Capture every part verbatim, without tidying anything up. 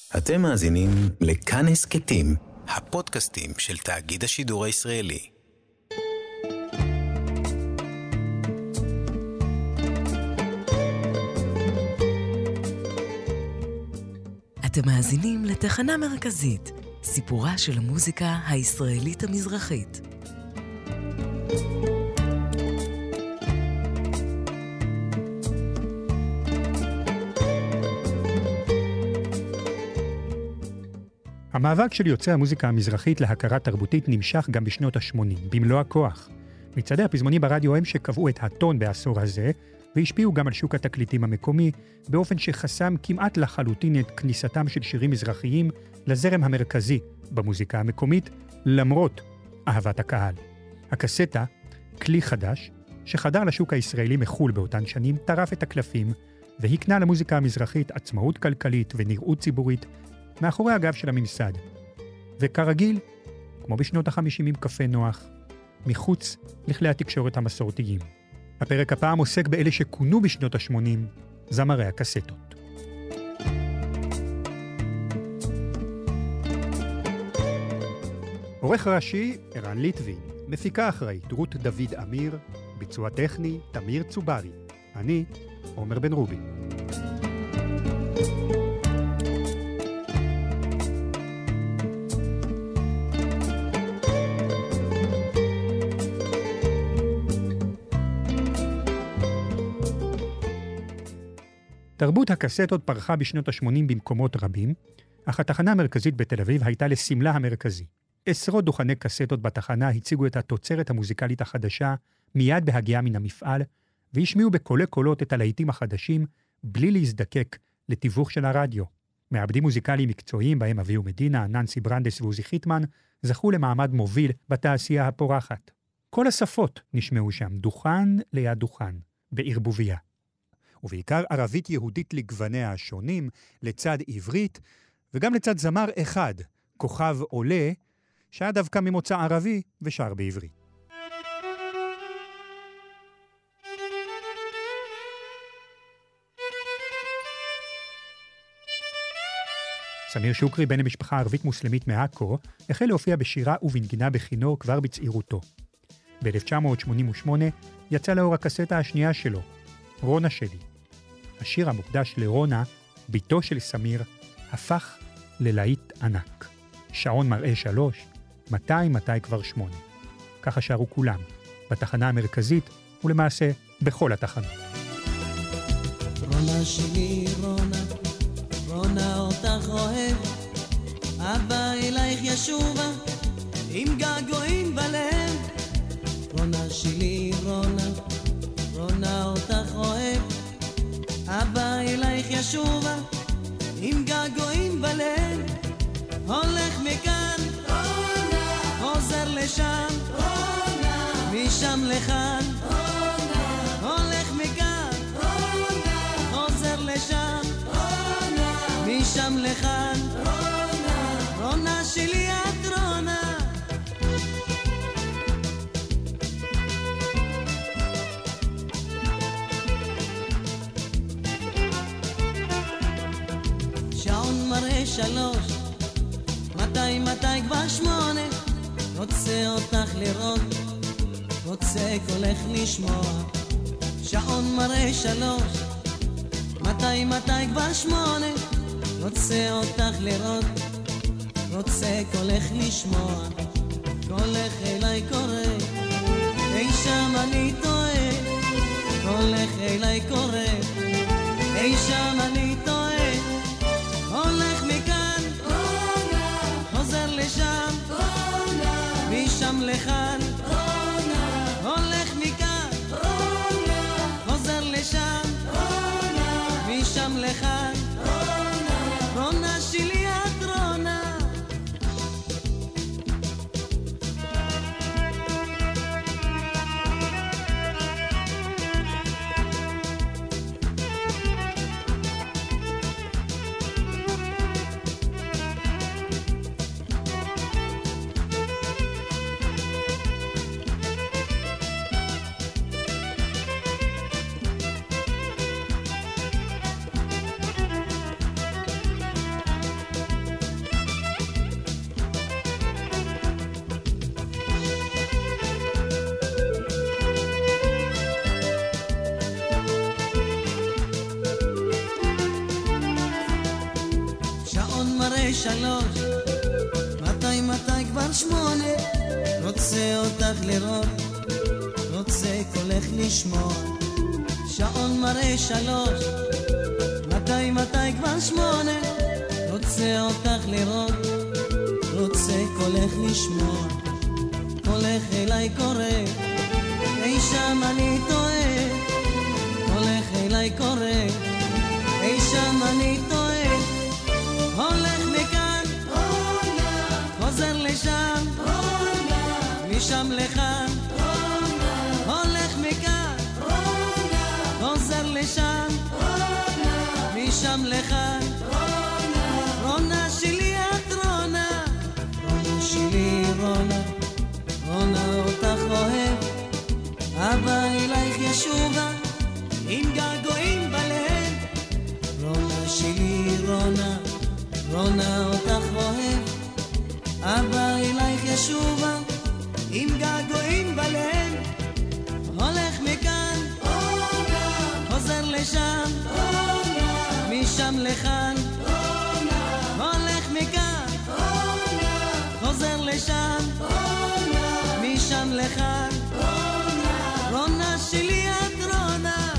אתם מאזינים לכאן הסכתים, הפודקאסטים של תאגיד השידור הישראלי. אתם מאזינים לתחנה מרכזית, סיפורה של המוזיקה הישראלית המזרחית. המאבק של יוצאי המוזיקה המזרחית להכרה תרבותית נמשך גם בשנות ה-שמונים, במלוא הכוח. מצעדי הפזמונים ברדיו הם שקבעו את הטון בעשור הזה, והשפיעו גם על שוק התקליטים המקומי, באופן שחסם כמעט לחלוטין את כניסתם של שירים מזרחיים לזרם המרכזי במוזיקה המקומית, למרות אהבת הקהל. הקסטה, כלי חדש, שחדר לשוק הישראלי מחול באותן שנים, טרף את הקלפים, והקנה למוזיקה המזרחית עצמאות כלכלית ונראות ציבורית, מאחורי הגב של הממסד. וכרגיל, כמו בשנות ה-חמישים עם קפה נוח, מחוץ לכלי התקשורת המסורתיים. הפרק הפעם עוסק באלה שכונו בשנות ה-שמונים, זמרי הקסטות. עורך ראשי, ערן ליטבין, מפיקה אחראית, רות דוד אמיר, ביצוע טכני, תמיר צוברי. אני, עומר בן רובי. תרבות הקסטות פרחה בשנות ה-שמונים במקומות רבים, אך התחנה המרכזית בתל אביב הייתה לסמלה המרכזי. עשרות דוכני קסטות בתחנה הציגו את התוצרת המוזיקלית החדשה מיד בהגיעה מן המפעל, והשמיעו בקולי קולות את הלהיטים החדשים, בלי להזדקק לתיווך של הרדיו. מעבדים מוזיקליים מקצועיים, בהם אביהו מדינה, ננסי ברנדס ועוזי חיטמן, זכו למעמד מוביל בתעשייה הפורחת. כל השפות נשמעו שם, דוכן ליד דוכן, בערבוביה. ובעיקר ערבית יהודית לגווניה השונים, לצד עברית, וגם לצד זמר אחד, כוכב עולה, שהיה דווקא ממוצא ערבי ושר בעברית. סמיר שוקרי, בן המשפחה ערבית מוסלמית מעכו, החל להופיע בשירה ובנגינה בכינור כבר בצעירותו. ב-אלף תשע מאות שמונים ושמונה יצא לאור הקסטה השנייה שלו, רונה שלי. השיר המוקדש לרונה, ביתו של סמיר, הפך ללהיט ענק. שעון מראה שלוש, מתי מתי כבר שמונה. ככה שרו כולם, בתחנה המרכזית ולמעשה בכל התחנות. רונה שלי רונה, רונה אותך אוהב, אבא אלייך ישובה, עם געגועים בלב. רונה שלי רונה, רונה אותך אוהב, אבא אלייך ישובה, עם געגועים בלב. הולך מכאן, רונה, חוזר לשם, רונה, משם לכאן, רונה, הולך מכאן, רונה, חוזר לשם, רונה, משם לכאן, רונה, רונה שלי את רונה. שעון מראה שלוש, מתי מתי כבר שמונה, רוצה אותך לראות, רוצה קולך לשמוע. שעון מראה שלוש, מתי מתי כבר שמונה, רוצה אותך לראות, רוצה קולך לשמוע. קולך אליי קורא, אי שם אני טועה, קולך אליי קורא, אי שם אני טועה. הולך מכאן, רונה, חוזר לשם, רונה, משם לכאן, רונה, הולך מכאן, רונה, חוזר לשם, רונה, משם לכאן, רונה, רונה שלי את רונה. מראה שלוש, מתי מתי כבר שמונה, רוצה אותך לראות, רוצה קולך לשמוע. שעון מראה שלוש, מתי מתי כבר שמונה, רוצה אותך לראות, רוצה קולך לשמוע. קולך אליי קורא, אי שם אני טועה, קולך אליי קורא, אי שם אני טועה. הולך מכאן, חוזר לשם, משם לכאן. הולך מכאן, חוזר לשם, משם לכאן. רונה שלי את רונה, רונה שלי רונה, רונה אותך אוהב, אבא אלייך ישובה, עם געגועים בלב. רונה שלי רונה, רונה אותך אוהב, אבא אלייך ישובה, עם געגועים בלב. הולך מכאן, חוזר לשם, משם לכאן. הולך מכאן, חוזר לשם, משם לכאן. רונה שלי את רונה.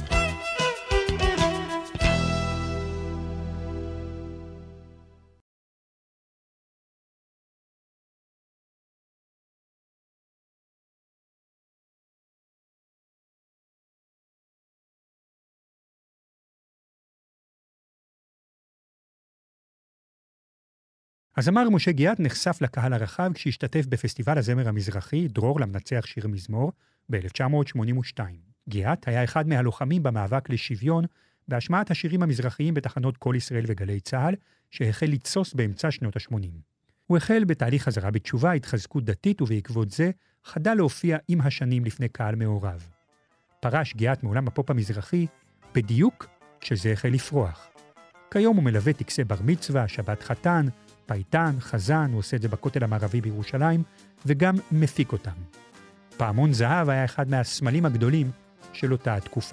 הזמר משה גיאת נחשף לקהל הרחב כשהשתתף בפסטיבל הזמר המזרחי, דרור למנצח שיר מזמור, ב-אלף תשע מאות שמונים ושתיים. גיאת היה אחד מהלוחמים במאבק לשוויון, בהשמעת השירים המזרחיים בתחנות כל ישראל וגלי צהל, שהחל לתסוס באמצע שנות ה-שמונים. הוא החל בתהליך חזרה בתשובה, התחזקות דתית, ובעקבות זה חדל להופיע עם השנים לפני קהל מעורב. פרש גיאת מעולם הפופ המזרחי, בדיוק כשזה החל לפרוח. כיום הוא מלווה טקסי בר מצווה, שבת חתן, פייטן, חזן, הוא עושה את זה בכותל המערבי בירושלים, וגם מפיק אותם. פעמון זהב היה אחד מהסמלים הגדולים של אותה התקופה.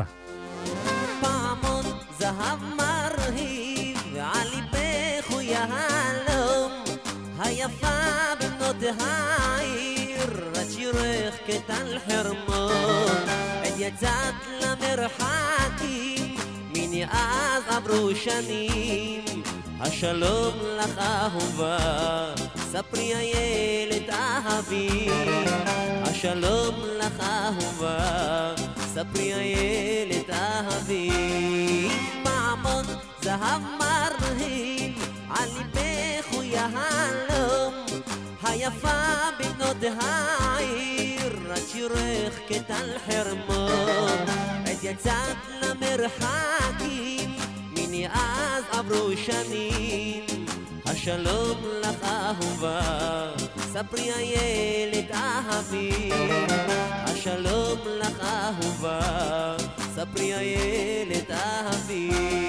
פעמון זהב מרהיב, ועל ליבך הוא יהלום, היפה בנות העיר, את שירך כטל חרמון, את יצאת למרחקים, מני אז עברו שנים, השלום לך אהובה, ספרי הילד אהבי. השלום לך אהובה, ספרי הילד אהבי. פעמון זהב מרהיב, על ליבך הוא יהלום, היפה בנות העיר, את שירך כטל חרמון, את יצאת למרחקים, אז עברו שנים, השלום לך אהובה, ספרי הילד אהבי. השלום לך אהובה, ספרי הילד אהבי.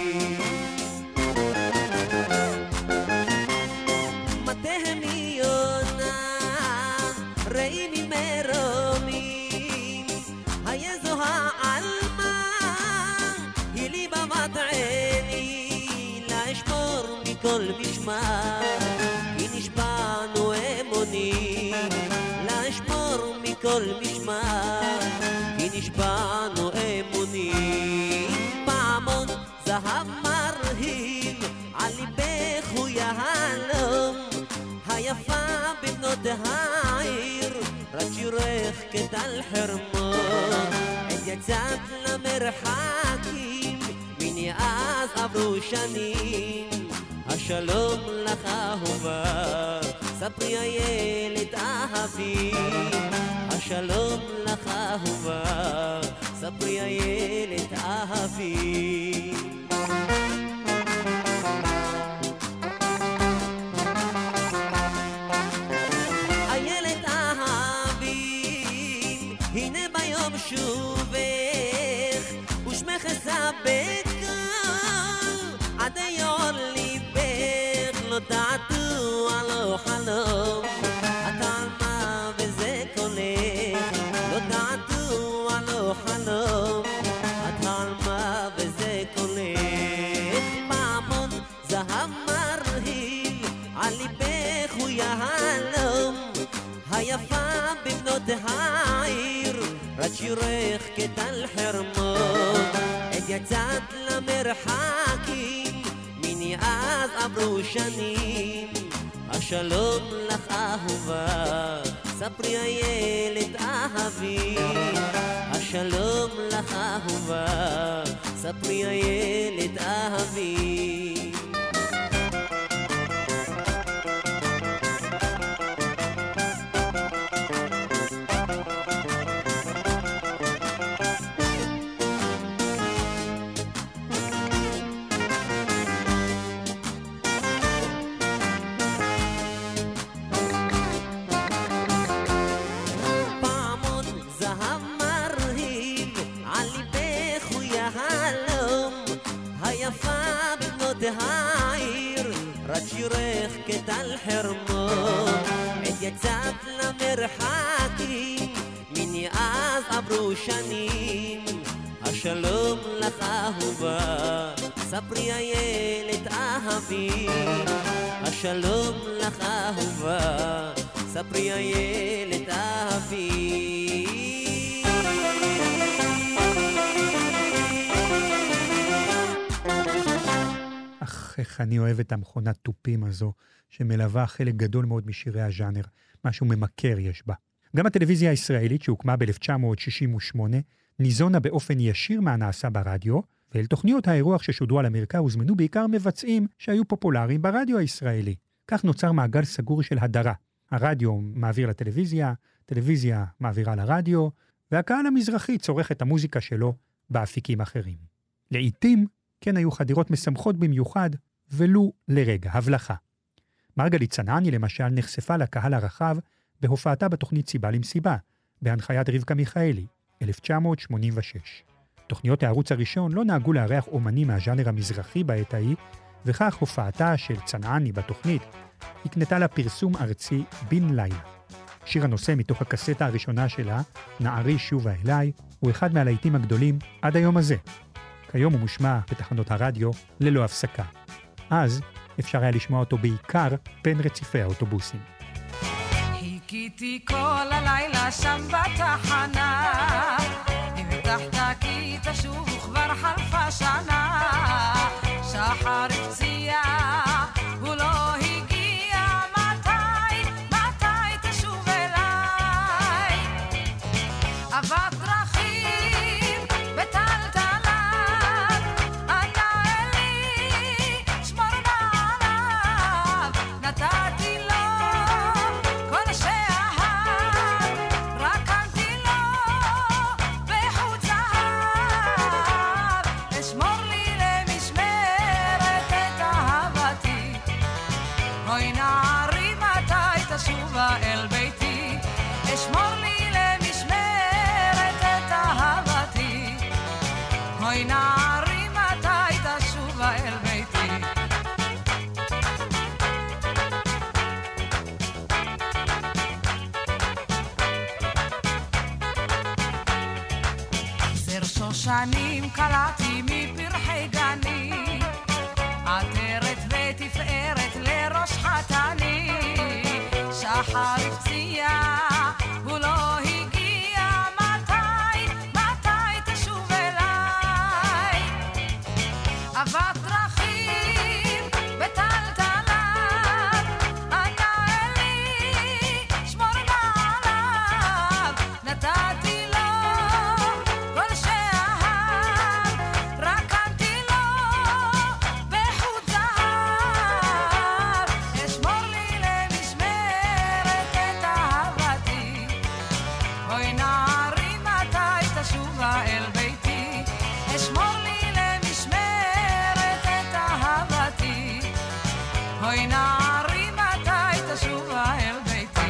מתהמי יונה, ראי ממרומים, היה זו העלמה, היא לי במטעני, לאשמור מכל משמר, כי נשבענו אמונים, לאשמור מכל משמר, כי נשבענו אמונים. פעמון זהב מרהיב, על ליבך הוא יהלום, היפה בנות העיר, רק שירך כטל חרמון, את יצאת למרחקים, מני אז עברו שנים, השלום לך אהובה, ספרי הילד אהבי. השלום לך אהובה, ספרי הילד אהבי. הילד אהבי, הנה ביום שובך, ושמך אספק עד יעור ליבך, לא דעתו עלו חלום, את עלמה וזה קולך, לא דעתו עלו חלום, את עלמה וזה קולך. פעמון זהב מרהיב, בנות העיר, רק שירך כטל חרמון. את יצאת למרחקים, מיני אז עברו שנים. השלום לך אהובה, ספרי הילד אהבי. השלום לך אהובה, ספרי הילד אהבי. העיר, רק שירך כטל חרמון. את יצאת למרחקים, מיני אז עברו שנים. השלום לך אהובה, ספרי הילד אהבי. השלום לך אהובה, ספרי הילד אהבי. איך אני אוהב את המכונת טופים הזו, שמלווה חלק גדול מאוד משירי הז'אנר, משהו ממכר יש בה. גם הטלוויזיה הישראלית, שהוקמה ב-אלף תשע מאות שישים ושמונה, ניזונה באופן ישיר מהנעשה ברדיו, ואל תוכניות האירוח ששודרו על המרקע הוזמנו בעיקר מבצעים שהיו פופולריים ברדיו הישראלי. כך נוצר מעגל סגור של הדרה. הרדיו מעביר לטלוויזיה, טלוויזיה מעבירה לרדיו, והקהל המזרחי צורך את המוזיקה שלו באפיקים אחרים. לעתים כן היו חדירות משמחות במיוחד, ולו לרגע, הבלחה. מרגלית צנעני למשל נחשפה לקהל הרחב בהופעתה בתוכנית סיבה למסיבה, בהנחיית רבקה מיכאלי, אלף תשע מאות שמונים ושש. תוכניות הערוץ הראשון לא נהגו לארח אומנים מהז'אנר המזרחי בעת ההיא, וכך הופעתה של צנעני בתוכנית הקנתה לה פרסום ארצי בן לילה. שיר הנושא מתוך הקסטה הראשונה שלה, נערי שובה אליי, הוא אחד מהלהיטים הגדולים עד היום הזה. כיום הוא מושמע בתחנות הרדיו ללא הפסקה. אז אפשר היה לשמוע אותו בעיקר בין רציפי האוטובוסים. חיכיתי כל הלילה שם בתחנה, הבטחת כי תשוב וכבר חלפה שנה. שחר הפציע, הוא לא הגיע, מתי, מתי תשוב אליי? אבק דרכים בטלטלה, אנא אלי שמור נעליו. נתתי לו כל שאהב, רקמתי לו בחוט זהב. אשמור לי למשמרת את אהבתי, אוי נערי מתי תשובה אל ביתי. אשמור לי למשמרת את אהבתי, אוי נערי מתי תשובה אל ביתי. זר שושנים קלעתי מפרחי גני, עטרת ותפארת לראש חתני. שחר הפציע, הוא לא הגיע, מתי, מתי תשוב אליי? אבק דרכים בטלטלה, אנא אלי שמור נעליו. נתתי לו כל שאהב, רקמתי לו בחוט זהב. אשמור לי למשמרת את אהבתי, אוי נערי מתי תשובה אל ביתי. אשמור לי למשמרת את אהבתי, אוי נערי מתי תשובה אל ביתי.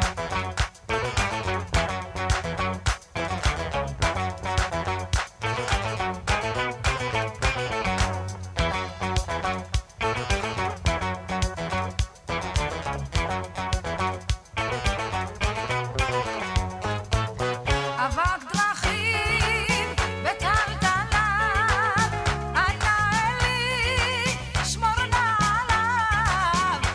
אבק דרכים בטלטלה, אנא אלי שמור נעליו.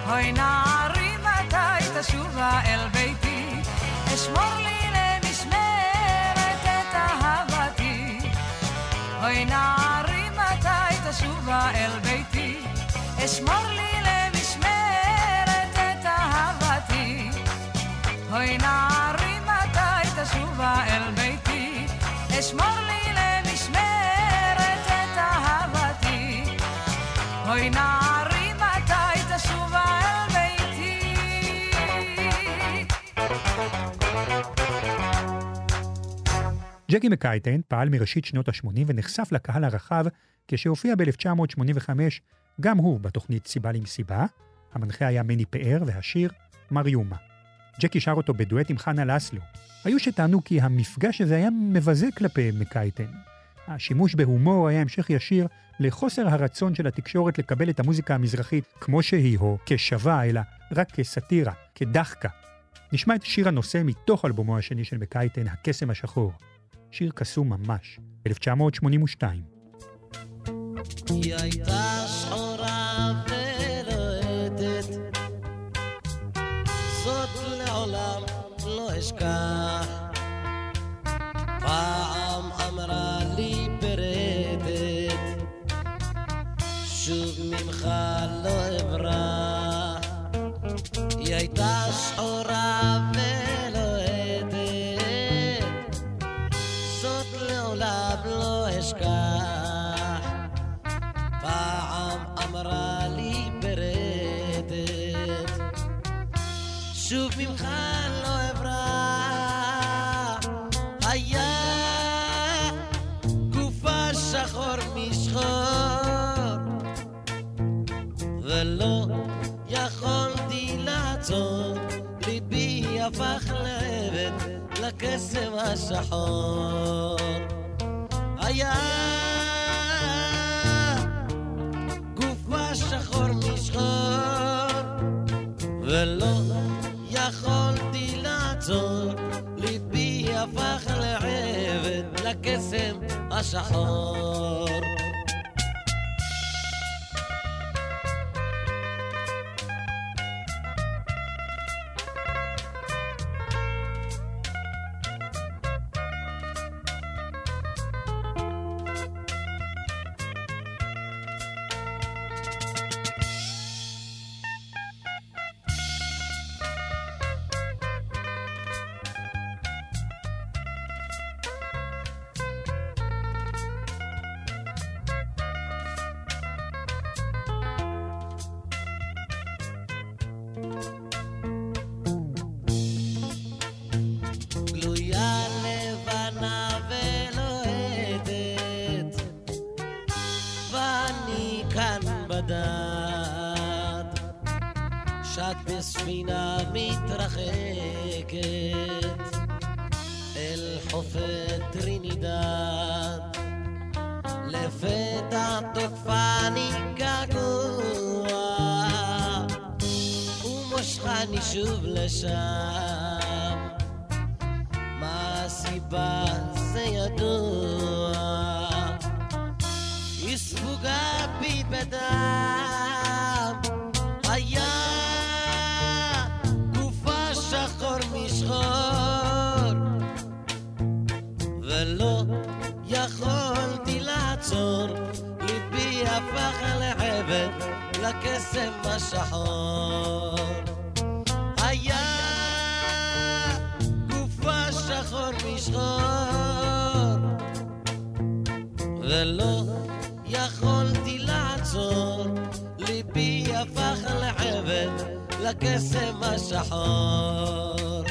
אוי נערי מתי תשובה אל ביתי, אשמור לי למשמרת את אהבתי. אוי נערי מתי תשובה אל ביתי, אשמור לי למשמרת את אהבתי. אוי נערי מתי תשובה אל ביתי, אשמור לי למשמרת את אהבתי. אוי נערי מתי תשובה אל ביתי. ג'קי מקייטן פעל מראשית שנות ה-שמונים ונחשף לקהל הרחב כשהופיע ב-אלף תשע מאות שמונים וחמש גם הוא בתוכנית סיבה למסיבה. המנחה היה מני פאר והשיר מריומה. ג'קי שר אותו בדואט עם חנה לסלו. היו שטענו כי המפגש הזה היה מבזה כלפי מקייטן. השימוש בהומור היה המשך ישיר לחוסר הרצון של התקשורת לקבל את המוזיקה המזרחית כמו שהיא, או כשווה, אלא רק כסטירה, כדחקה. נשמע את שיר הנושא מתוך אלבומו השני של מקייטן, הקסם השחור. שיר קסום ממש, אלף תשע מאות שמונים ושתיים. היא הייתה שחורה ולוהטת, זאת לעולם לא אשכח. פעם אמרה לי ברדת, שוב ממך לא אברח. היא הייתה שחורה ולוהטת, זאת לעולם לא אשכח. פעם אמרה לי ברדת, שוב ממך לא אברח. היה גופה שחור משחור, ולא יכולתי לעצור. ליבי הפך לעבד לקסם השחור. היה גופה שחור משחור, ולא יכולתי לעצור. ליבי הפך לעבד לקסם השחור. שט בספינה מתרחקת אל חופי טרינידד, לפתע תוקפני געגוע ומושכני שוב לשם. מה הסיבה זה ידוע, היא ספוגה בי בדם. היה גופה שחור משחור, ולא יכולתי לעצור. ליבי הפך לעבד לקסם השחור. היה גופה שחור משחור, ולא יכולתי לעצור. ליבי הפך לעבד לקסם השחור.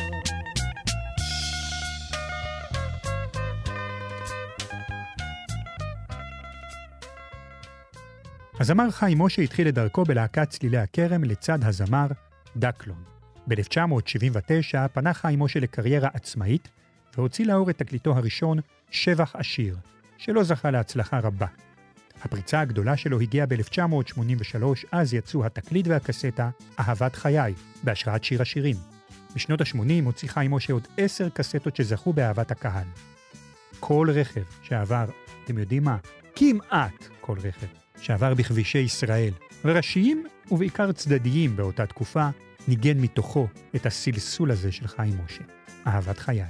הזמר חיים משה התחיל את דרכו בלהקת צלילי הכרם לצד הזמר דקלון. ב-אלף תשע מאות שבעים ותשע פנה חיים משה לקריירה עצמאית והוציא לאור את תקליטו הראשון, שבח עשיר, שלא זכה להצלחה רבה. הפריצה הגדולה שלו הגיעה ב-אלף תשע מאות שמונים ושלוש, אז יצאו התקליט והקסטה אהבת חיי, בהשראת שיר השירים. בשנות ה-שמונים הוציא חיים משה עוד עשר קסטות שזכו באהבת הקהל. כל רכב שעבר, אתם יודעים מה? כמעט כל רכב שעבר בכבישי ישראל, וראשיים ובעיקר צדדיים באותה תקופה, ניגן מתוכו את הסלסול הזה של חיים משה, אהבת חיי.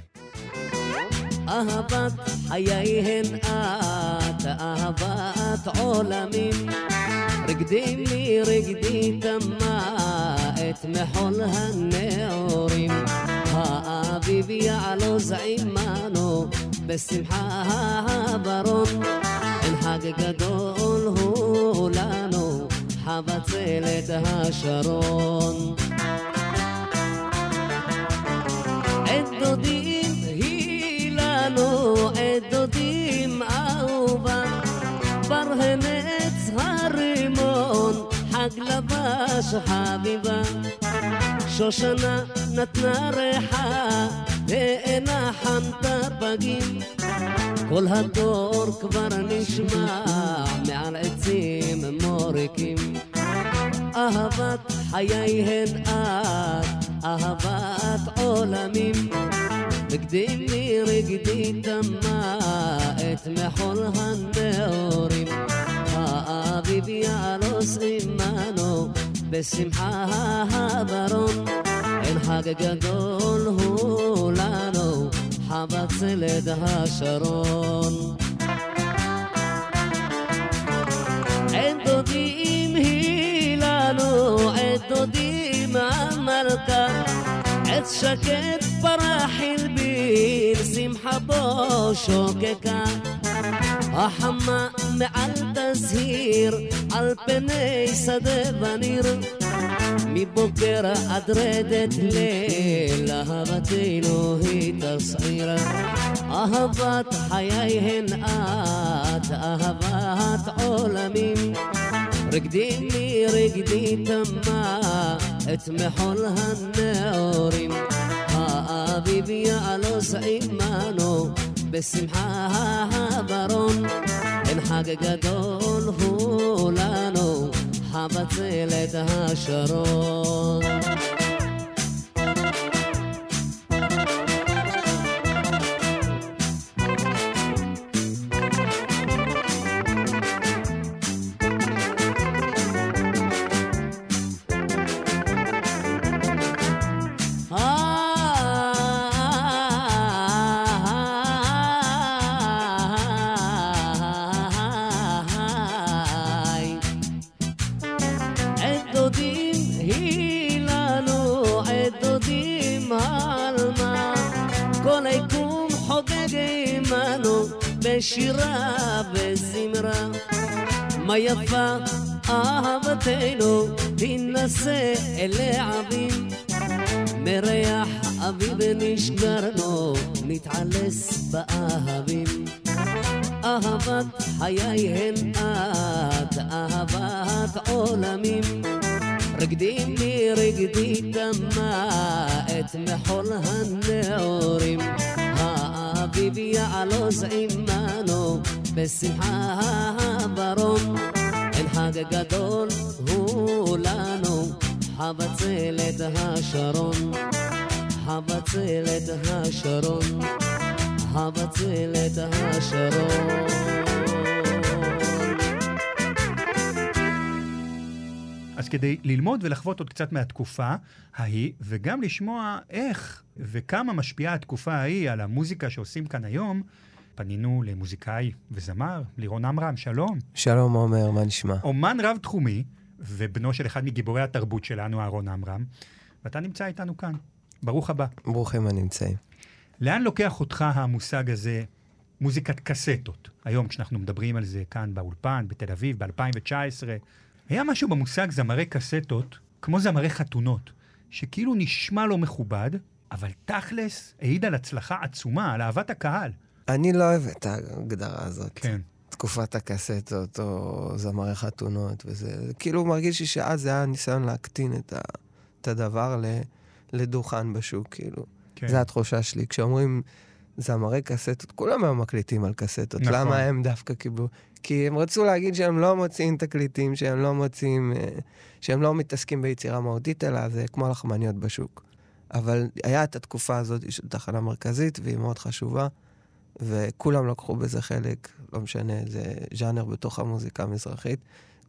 אהבת חיי הן את, אהבת עולמים, רגדי לי רגדי תמה את מחול הנאורים, האביב יעלוז עמנו בשמחה הברון, אין חג גדול הוא לנו, חבצלת השרון. עת דודים היא לנו, עת דודים אהובה, ברהנץ הרימון, חג לבש חביבה, שושנה נתנה ריחה, ואינה חנתה פגים, כל הדור כבר נשמע מעל עצים מוריקים. אהבת חיי הן את, אהבת עולמים, רגדי לי רגדי תמה את מחול הנאורים, האביב יעלוס עמנו בשמחה הברון, אין חג גדול הוא לנו, חבצלת השרון. עת דודים היא לנו, עת דודים המלכה, עת שקט פרח הלביל, שמחה בו שוקקה, החמה מעל תזהיר, על פני שדה וניר, מבוקר עד רדת ליל, אהבתנו היא תסעיר. אהבת חיי הן את, אהבת עולמים, רגדי לי רגדי תמה את מחול הנאורים, האביב יעלוז עמנו בשמחה הברון, אין חג גדול הוא לנו, חבצלת השרון. בשירה וזמרה, מה יפה אהבתנו, תנסה אלי עבים, מריח אביב נשגרנו, נתעלס באהבים. אהבת חיי הן את, אהבת עולמים, רגדי לי רגדי תמה את מחול הנאורים, האביב יעלוז עמנו בשמחה הברון, אין חג גדול הוא לנו, חבצלת השרון, חבצלת השרון, חבצלת השרון. אז כדי ללמוד ולחוות עוד קצת מהתקופה ההיא, וגם לשמוע איך וכמה משפיעה התקופה ההיא על המוזיקה שעושים כאן היום, פנינו למוזיקאי וזמר, לירון עמרם. שלום. שלום עומר, מה נשמע? אומן רב תחומי, ובנו של אחד מגיבורי התרבות שלנו, אהרון עמרם, ואתה נמצא איתנו כאן. ברוך הבא. ברוכים הנמצאים. לאן לוקח אותך המושג הזה, מוזיקת קסטות? היום כשאנחנו מדברים על זה כאן באולפן, בתל אביב, ב-אלפיים תשע עשרה, היה משהו במושג זמרי קסטות, כמו זמרי חתונות, שכאילו נשמע לא מכובד, אבל תכלס העיד על הצלחה עצומה, על אהבת הקהל. אני לא אוהב את ההגדרה הזאת. כן. תקופת הקסטות או זמרי חתונות וזה. כאילו מרגיש לי שאז זה היה ניסיון להקטין את, ה, את הדבר ל, לדוכן בשוק, כאילו. כן. זה התחושה שלי. כשאומרים זמרי קסטות, כולם הם מקליטים על קסטות. נכון. למה הם דווקא קיבלו? כי הם רצו להגיד שהם לא מוצאים תקליטים, שהם לא מוצאים, שהם לא מתעסקים ביצירה מהותית, אלא זה כמו לחמניות בשוק. אבל היה את התקופה הזאת של תחנה מרכזית, והיא מאוד חשובה, וכולם לקחו בזה חלק, לא משנה, זה ז'אנר בתוך המוזיקה המזרחית.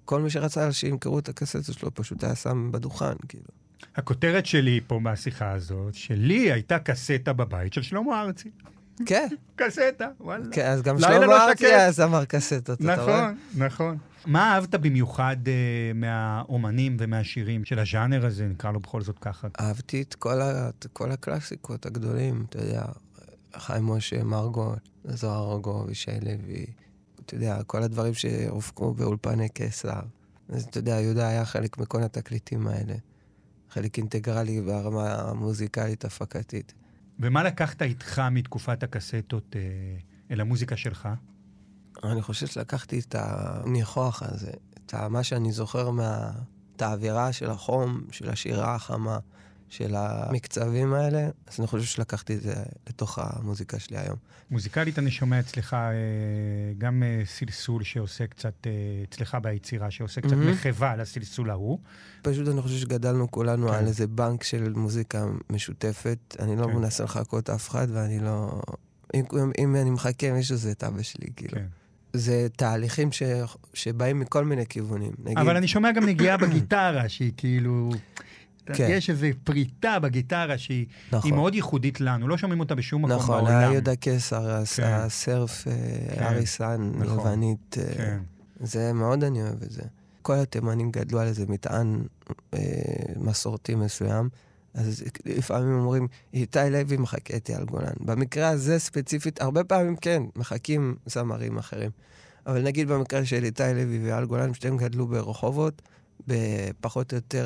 כל מי שרצה שימכרו את הקסטות שלו פשוט היה שם בדוכן, כאילו. הכותרת שלי פה מהשיחה הזאת, שלי הייתה קסטה בבית של שלמה ארצי. כן. קסטה, וואלה. כן, אז גם שלמה ארצי היה זמר קסטות, אתה רואה? נכון, נכון. מה אהבת במיוחד uh, מהאומנים ומהשירים של הז'אנר הזה, נקרא לו בכל זאת ככה? אהבתי את כל, ה, את כל הקלאסיקות הגדולים, אתה יודע, חיים משה, מרגו, זוהר ארגוב, ישי לוי, אתה יודע, כל הדברים שהופקו באולפני קיסר. אז אתה יודע, יהודה היה חלק מכל התקליטים האלה. חלק אינטגרלי ברמה המוזיקלית הפקתית. ומה לקחת איתך מתקופת הקסטות אה, אל המוזיקה שלך? אני חושב שלקחתי את הניחוח הזה, את מה שאני זוכר מה... את האווירה של החום, של השירה החמה, של המקצבים האלה, אז אני חושב שלקחתי את זה לתוך המוזיקה שלי היום. מוזיקלית אני שומע אצלך אה, גם אה, סלסול שעושה קצת, אה, אצלך ביצירה, שעושה קצת mm-hmm. מחווה לסלסול ההוא. פשוט אני חושב שגדלנו כולנו כן. על איזה בנק של מוזיקה משותפת. אני לא כן. מנסה לחכות אף אחד, ואני לא... אם, אם אני מחכה מישהו זה את אבא שלי, כאילו. כן. זה תהליכים ש... שבאים מכל מיני כיוונים. נגיד... אבל אני שומע גם נגיעה בגיטרה, שהיא כאילו... כן. יש איזו פריטה בגיטרה שהיא נכון. מאוד ייחודית לנו, לא שומעים אותה בשום מקום נכון, בעולם. נכון, היהודה קסר, כן. הסרף, כן. אריסן, נכון. לבנית, כן. זה מאוד אני אוהב את זה. כל התימנים גדלו על איזה מטען אה, מסורתי מסוים, אז לפעמים אומרים, איתי לוי מחכה את אייל גולן. במקרה הזה ספציפית, הרבה פעמים כן, מחכים זמרים אחרים. אבל נגיד במקרה של איתי לוי ואייל גולן, שתיהם גדלו ברחובות, בפחות או יותר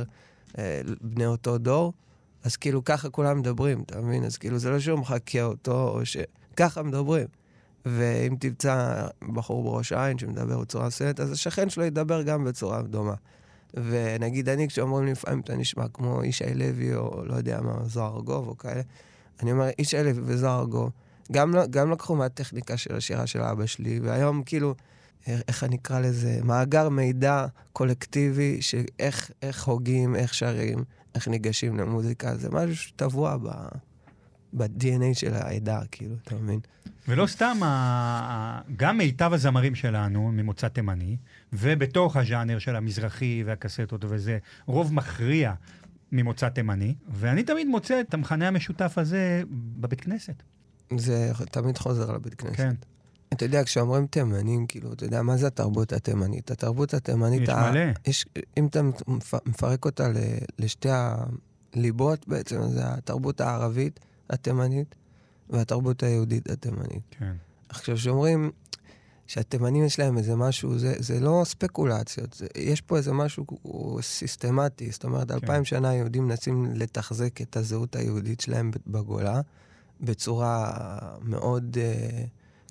בני אותו דור, אז כאילו ככה כולם מדברים, אתה מבין? אז כאילו זה לא שהוא מחכה אותו, או שככה מדברים. ואם תמצא בחור בראש העין שמדבר בצורה סלט, אז השכן שלו ידבר גם בצורה דומה. ונגיד אני, כשאומרים לי לפעמים אתה נשמע כמו ישי לוי, או לא יודע מה, זוהר ארגוב, או כאלה, אני אומר, ישי לוי וזוהר ארגוב, גם, גם לקחו מהטכניקה של השירה של אבא שלי, והיום כאילו, איך אני אקרא לזה, מאגר מידע קולקטיבי, שאיך איך הוגים, איך שרים, איך ניגשים למוזיקה, זה משהו שטבוע ב... ב-די אן איי של העדה, כאילו, אתה מבין? ולא סתם, גם מיטב הזמרים שלנו, ממוצא תימני, ובתוך הז'אנר של המזרחי והקסטות וזה, רוב מכריע ממוצא תימני, ואני תמיד מוצא את המכנה המשותף הזה בבית כנסת. זה תמיד חוזר לבית כנסת. כן. אתה יודע, כשאומרים תימנים, כאילו, אתה יודע, מה זה התרבות התימנית? התרבות התימנית... יש ה... מלא. יש, אם אתה מפרק אותה ל... לשתי הליבות, בעצם, זה התרבות הערבית התימנית, והתרבות היהודית התימנית. כן. עכשיו, שאומרים שהתימנים יש להם איזה משהו, זה, זה לא ספקולציות, זה, יש פה איזה משהו סיסטמטי, זאת אומרת, כן. אלפיים שנה היהודים מנסים לתחזק את הזהות היהודית שלהם בגולה, בצורה מאוד uh,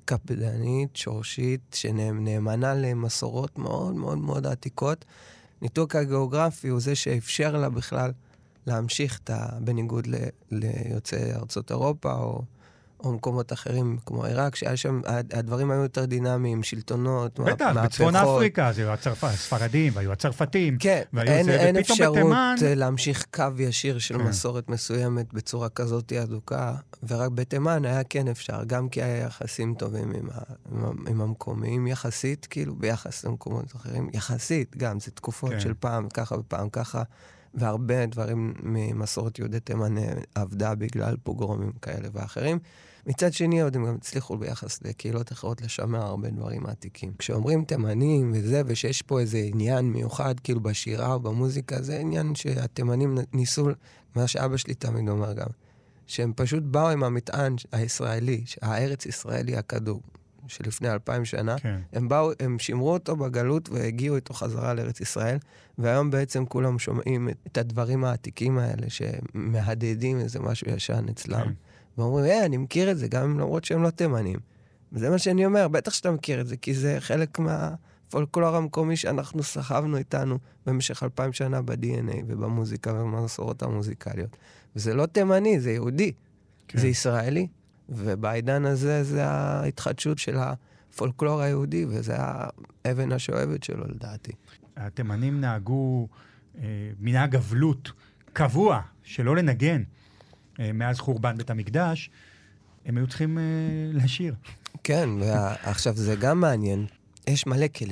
קפדנית, שורשית, שנאמנה למסורות מאוד מאוד מאוד עתיקות. ניתוק הגיאוגרפי הוא זה שאפשר לה בכלל להמשיך את ה... בניגוד ל... ליוצאי ארצות אירופה, או, או מקומות אחרים כמו עיראק, שהיה שם, הדברים היו יותר דינמיים, שלטונות, מהפכות. בטח, בצפון אפריקה, זה היו הצרפ... הספרדים, והיו הצרפתים. כן, אין, זה, אין אפשרות בתימן... להמשיך קו ישיר של כן. מסורת מסוימת בצורה כזאת אדוקה, ורק בתימן היה כן אפשר, גם כי היה יחסים טובים עם, ה... עם, ה... עם המקומיים, יחסית, כאילו, ביחס למקומות אחרים, יחסית, גם, זה תקופות כן. של פעם ככה ופעם ככה, והרבה דברים ממסורת יהודית תימן עבדה בגלל פוגרומים כאלה ואחרים. מצד שני, עוד הם גם הצליחו ביחס לקהילות אחרות לשמר הרבה דברים עתיקים. כשאומרים תימנים וזה, ושיש פה איזה עניין מיוחד, כאילו בשירה או במוזיקה, זה עניין שהתימנים ניסו, מה שאבא שלי תמיד אומר גם, שהם פשוט באו עם המטען הישראלי, הארץ ישראלי הקדום, שלפני אלפיים שנה, כן. הם באו, הם שימרו אותו בגלות והגיעו איתו חזרה לארץ ישראל, והיום בעצם כולם שומעים את הדברים העתיקים האלה, שמהדהדים איזה משהו ישן אצלם, כן. ואומרים, אה, אני מכיר את זה, גם למרות שהם לא תימנים. וזה מה שאני אומר, בטח שאתה מכיר את זה, כי זה חלק מהפולקלור המקומי שאנחנו סחבנו איתנו במשך אלפיים שנה ב-די אן איי ובמוזיקה ובמסורות המוזיקליות. וזה לא תימני, זה יהודי, כן. זה ישראלי. ובעידן הזה זה ההתחדשות של הפולקלור היהודי, וזה האבן השואבת שלו לדעתי. התימנים נהגו אה, מנהג אבלות קבוע, שלא לנגן. אה, מאז חורבן בית המקדש, הם היו צריכים אה, לשיר. כן, ועכשיו זה גם מעניין. יש מלא כלים.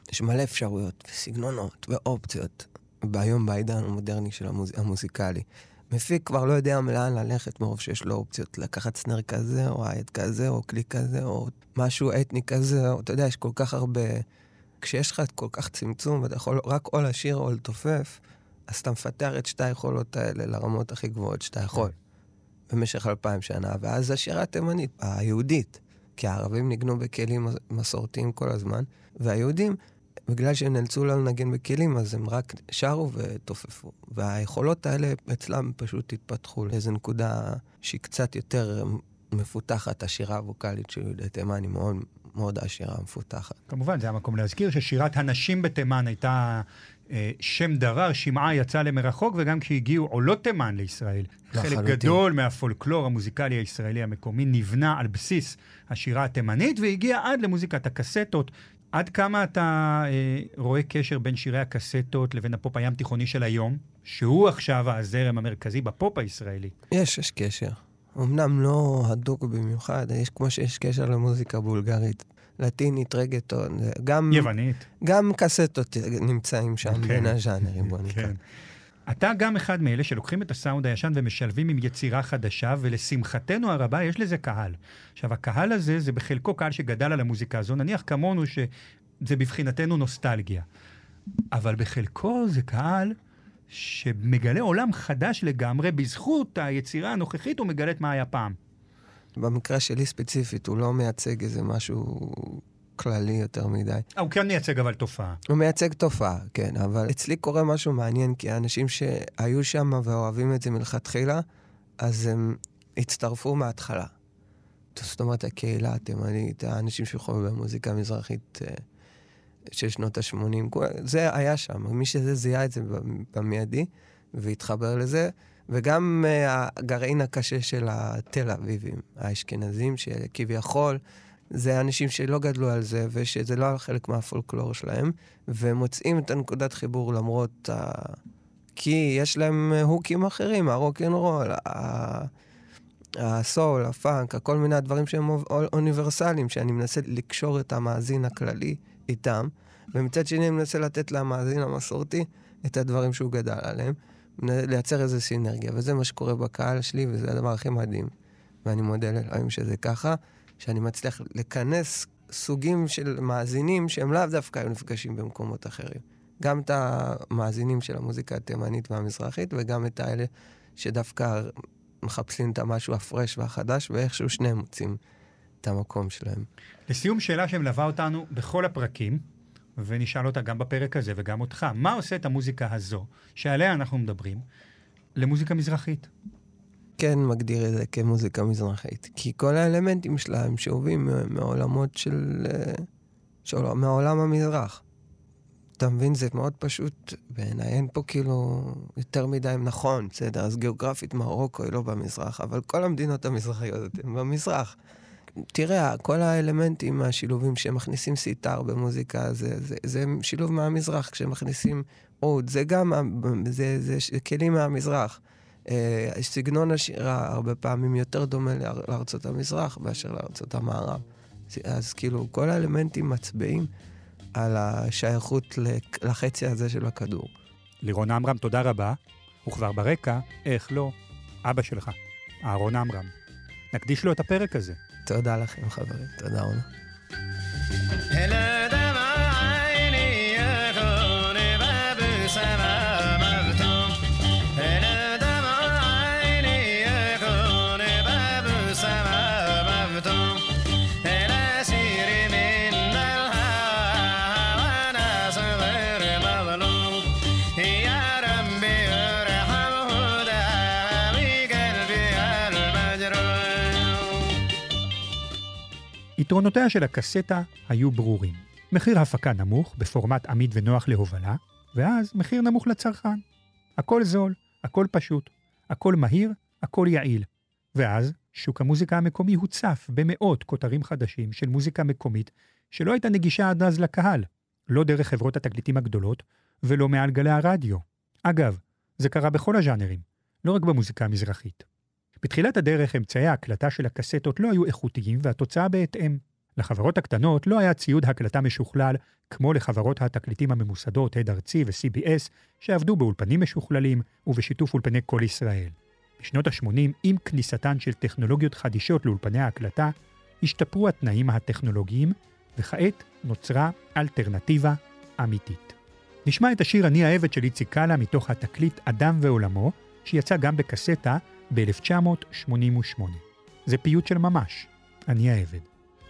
יש מלא אפשרויות וסגנונות ואופציות ביום בעידן המודרני של המוז... המוזיקלי. מפיק כבר לא יודע לאן ללכת מרוב שיש לו אופציות לקחת סנר כזה, או עייד כזה, או כלי כזה, או משהו אתני כזה, או אתה יודע, יש כל כך הרבה... כשיש לך כל כך צמצום, ואתה יכול רק או לשיר או לתופף, אז אתה מפתח את שתי היכולות האלה לרמות הכי גבוהות שאתה יכול, במשך אלפיים שנה, ואז השירה התימנית, היהודית, כי הערבים ניגנו בכלים מסורתיים כל הזמן, והיהודים, בגלל שהם נאלצו לא לנגן בכלים, אז הם רק שרו ותופפו. והיכולות האלה אצלם פשוט התפתחו לאיזו נקודה שהיא קצת יותר מפותחת, השירה הווקלית של יהודי תימן היא מאוד, מאוד עשירה מפותחת. כמובן, זה המקום להזכיר ששירת הנשים בתימן הייתה אה, שם דבר, שמעה יצא למרחוק, וגם כשהגיעו עולות תימן לישראל, חלק גדול מהפולקלור המוזיקלי הישראלי המקומי נבנה על בסיס השירה התימנית, והגיע עד למוזיקת הקסטות. עד כמה אתה אה, רואה קשר בין שירי הקסטות לבין הפופ הים תיכוני של היום, שהוא עכשיו הזרם המרכזי בפופ הישראלי? יש, יש קשר. אמנם לא הדוק במיוחד, יש כמו שיש קשר למוזיקה בולגרית, לטינית, רגטון, גם... יוונית. גם קסטות נמצאים שם בין הז'אנרים, בוא נקרא. אתה גם אחד מאלה שלוקחים את הסאונד הישן ומשלבים עם יצירה חדשה, ולשמחתנו הרבה יש לזה קהל. עכשיו, הקהל הזה זה בחלקו קהל שגדל על המוזיקה הזו, נניח כמונו שזה בבחינתנו נוסטלגיה. אבל בחלקו זה קהל שמגלה עולם חדש לגמרי, בזכות היצירה הנוכחית הוא מגלה את מה היה פעם. במקרה שלי ספציפית, הוא לא מייצג איזה משהו כללי יותר מדי. הוא כן מייצג אבל תופעה. הוא מייצג תופעה, כן, אבל אצלי קורה משהו מעניין, כי האנשים שהיו שם ואוהבים את זה מלכתחילה, אז הם הצטרפו מההתחלה. זאת אומרת, הקהילה התימנית, האנשים שחוו במוזיקה המזרחית של שנות ה-שמונים, זה היה שם. מי שזה זיהה את זה במיידי, והתחבר לזה, וגם הגרעין הקשה של התל אביבים, האשכנזים, שכביכול, זה אנשים שלא גדלו על זה, ושזה לא חלק מהפולקלור שלהם, ומוצאים את הנקודת חיבור למרות ה... כי יש להם הוקים אחרים, הרוק'נ'רול, הסול, הפאנק, כל מיני הדברים שהם אוניברסליים, שאני מנסה לקשור את המאזין הכללי איתם, ומצד שני אני מנסה לתת למאזין המסורתי את הדברים שהוא גדל עליהם, לייצר איזו סינרגיה, וזה מה שקורה בקהל שלי, וזה הדבר הכי מדהים. ואני מודה לאלוהים שזה ככה, שאני מצליח לכנס סוגים של מאזינים שהם לאו דווקא היו נפגשים במקומות אחרים. גם את המאזינים של המוזיקה התימנית והמזרחית, וגם את האלה שדווקא מחפשים את המשהו הפרש והחדש, ואיכשהו שניהם מוצאים את המקום שלהם. לסיום, שאלה שמלווה אותנו בכל הפרקים, ונשאל אותה גם בפרק הזה וגם אותך. מה עושה את המוזיקה הזו, שעליה אנחנו מדברים, למוזיקה מזרחית? כן מגדיר את זה כמוזיקה מזרחית. כי כל האלמנטים שלה הם שאובים מעולמות של... של... מעולם המזרח. אתה מבין, זה מאוד פשוט. בעיניי אין פה כאילו יותר מדי נכון, בסדר, אז גיאוגרפית מרוקו היא לא במזרח, אבל כל המדינות המזרחיות הן במזרח. תראה, כל האלמנטים, השילובים שמכניסים סיטר במוזיקה, זה, זה, זה שילוב מהמזרח, כשמכניסים עוד, זה גם, זה, זה, זה כלים מהמזרח. אה, סגנון השירה הרבה פעמים יותר דומה לארצות המזרח, באשר לארצות המערב. אז כאילו, כל האלמנטים מצביעים על השייכות לחצי הזה של הכדור. לירון עמרם, תודה רבה. וכבר ברקע, איך לא, אבא שלך, אהרון עמרם. נקדיש לו את הפרק הזה. תודה לכם, חברים. תודה, עונה. יתרונותיה של הקסטה היו ברורים. מחיר הפקה נמוך, בפורמט עמיד ונוח להובלה, ואז מחיר נמוך לצרכן. הכל זול, הכל פשוט, הכל מהיר, הכל יעיל. ואז שוק המוזיקה המקומי הוצף במאות כותרים חדשים של מוזיקה מקומית, שלא הייתה נגישה עד אז לקהל, לא דרך חברות התקליטים הגדולות, ולא מעל גלי הרדיו. אגב, זה קרה בכל הז'אנרים, לא רק במוזיקה המזרחית. בתחילת הדרך אמצעי ההקלטה של הקסטות לא היו איכותיים, והתוצאה בהתאם. לחברות הקטנות לא היה ציוד הקלטה משוכלל כמו לחברות התקליטים הממוסדות, הד ארצי ו-סי בי אס, שעבדו באולפנים משוכללים ובשיתוף אולפני כל ישראל. בשנות ה-שמונים, עם כניסתן של טכנולוגיות חדישות לאולפני ההקלטה, השתפרו התנאים הטכנולוגיים, וכעת נוצרה אלטרנטיבה אמיתית. נשמע את השיר אני העבד של איציק קאלה מתוך התקליט אדם ועולמו, שיצא גם בקסטה ב-אלף תשע מאות שמונים ושמונה. זה פיוט של ממש, אני העבד.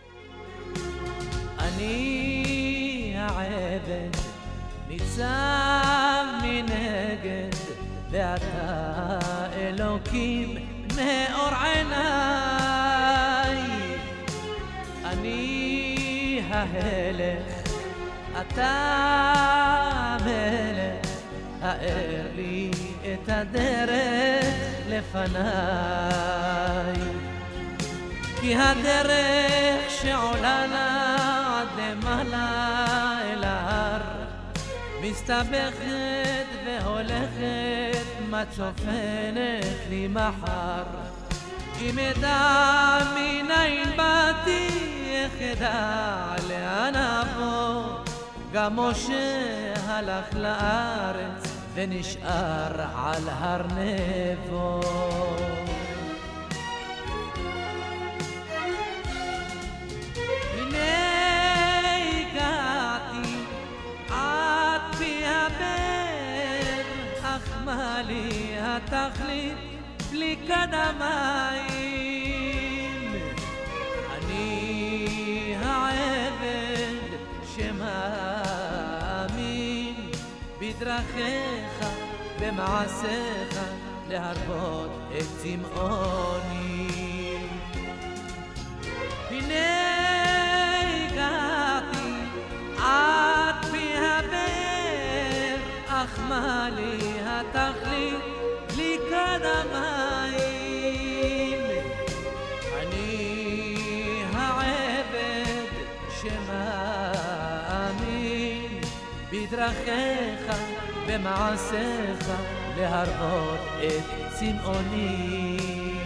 אני העבד ניצב מנגד, ואתה אלוקים מאור עיניי. אני ההלך, אתה המלך, האר לי את הדרך לפניי. כי הדרך שעולה לה עד למעלה אל ההר, מסתבכת והולכת, מה צופנת לי מחר. אם אדע מניין באתי, איך אדע לאן אבוא. גם משה הלך לארץ ונשאר על הר נבו. לי התכלית בלי קדמיים. אני העבד שמאמין בדרכיך במעשיך להרבות את צמאוני. הנה הגעתי עד פי הבאר, אך מה לי התכלית בלי קדמיים. אני העבד שמאמין בדרכיך במעשיך להרבות את צמאוני.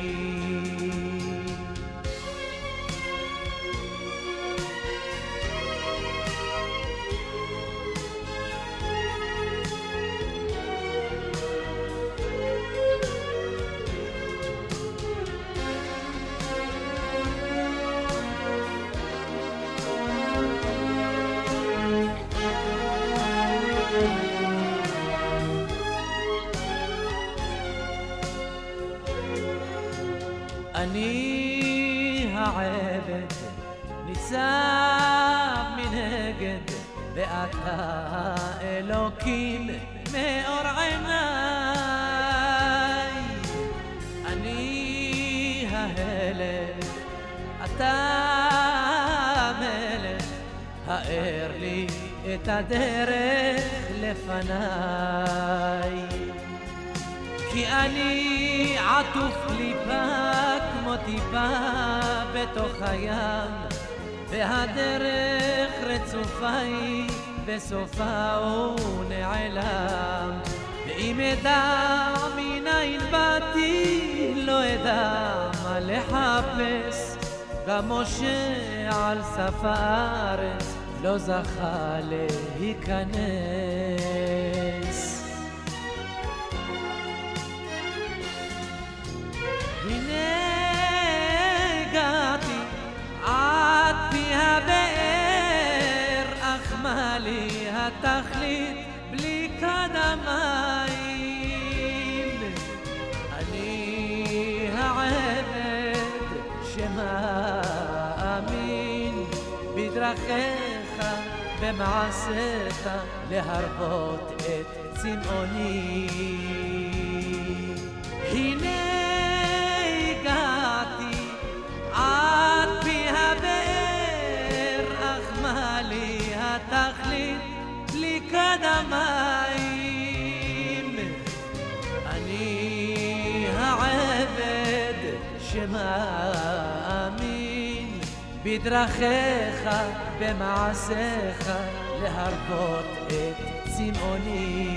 אני העבד ניצב מנגד, ואתה אלוקים מאור עיניי. אני ההלך, אתה המלך, האר לי את הדרך לפניי. כי אני עטוף קליפה כמו טיפה בתוך הים, והדרך רצופה היא בסופה הוא נעלם. ואם אדע מניין באתי, לא אדע מה לחפש. גם משה על סף הארץ לא זכה להיכנס. עד פי הבאר, אך מה לי התכלית בלי קדמיים. אני העבד שמאמין בדרכיך במעשיך להרבות את צמאוני. הנה הגעתי עד פי הבאר, אך מה לי התכלית בלי קדמיים. אני העבד שמאמין בדרכיך במעשיך להרבות את צמאוני.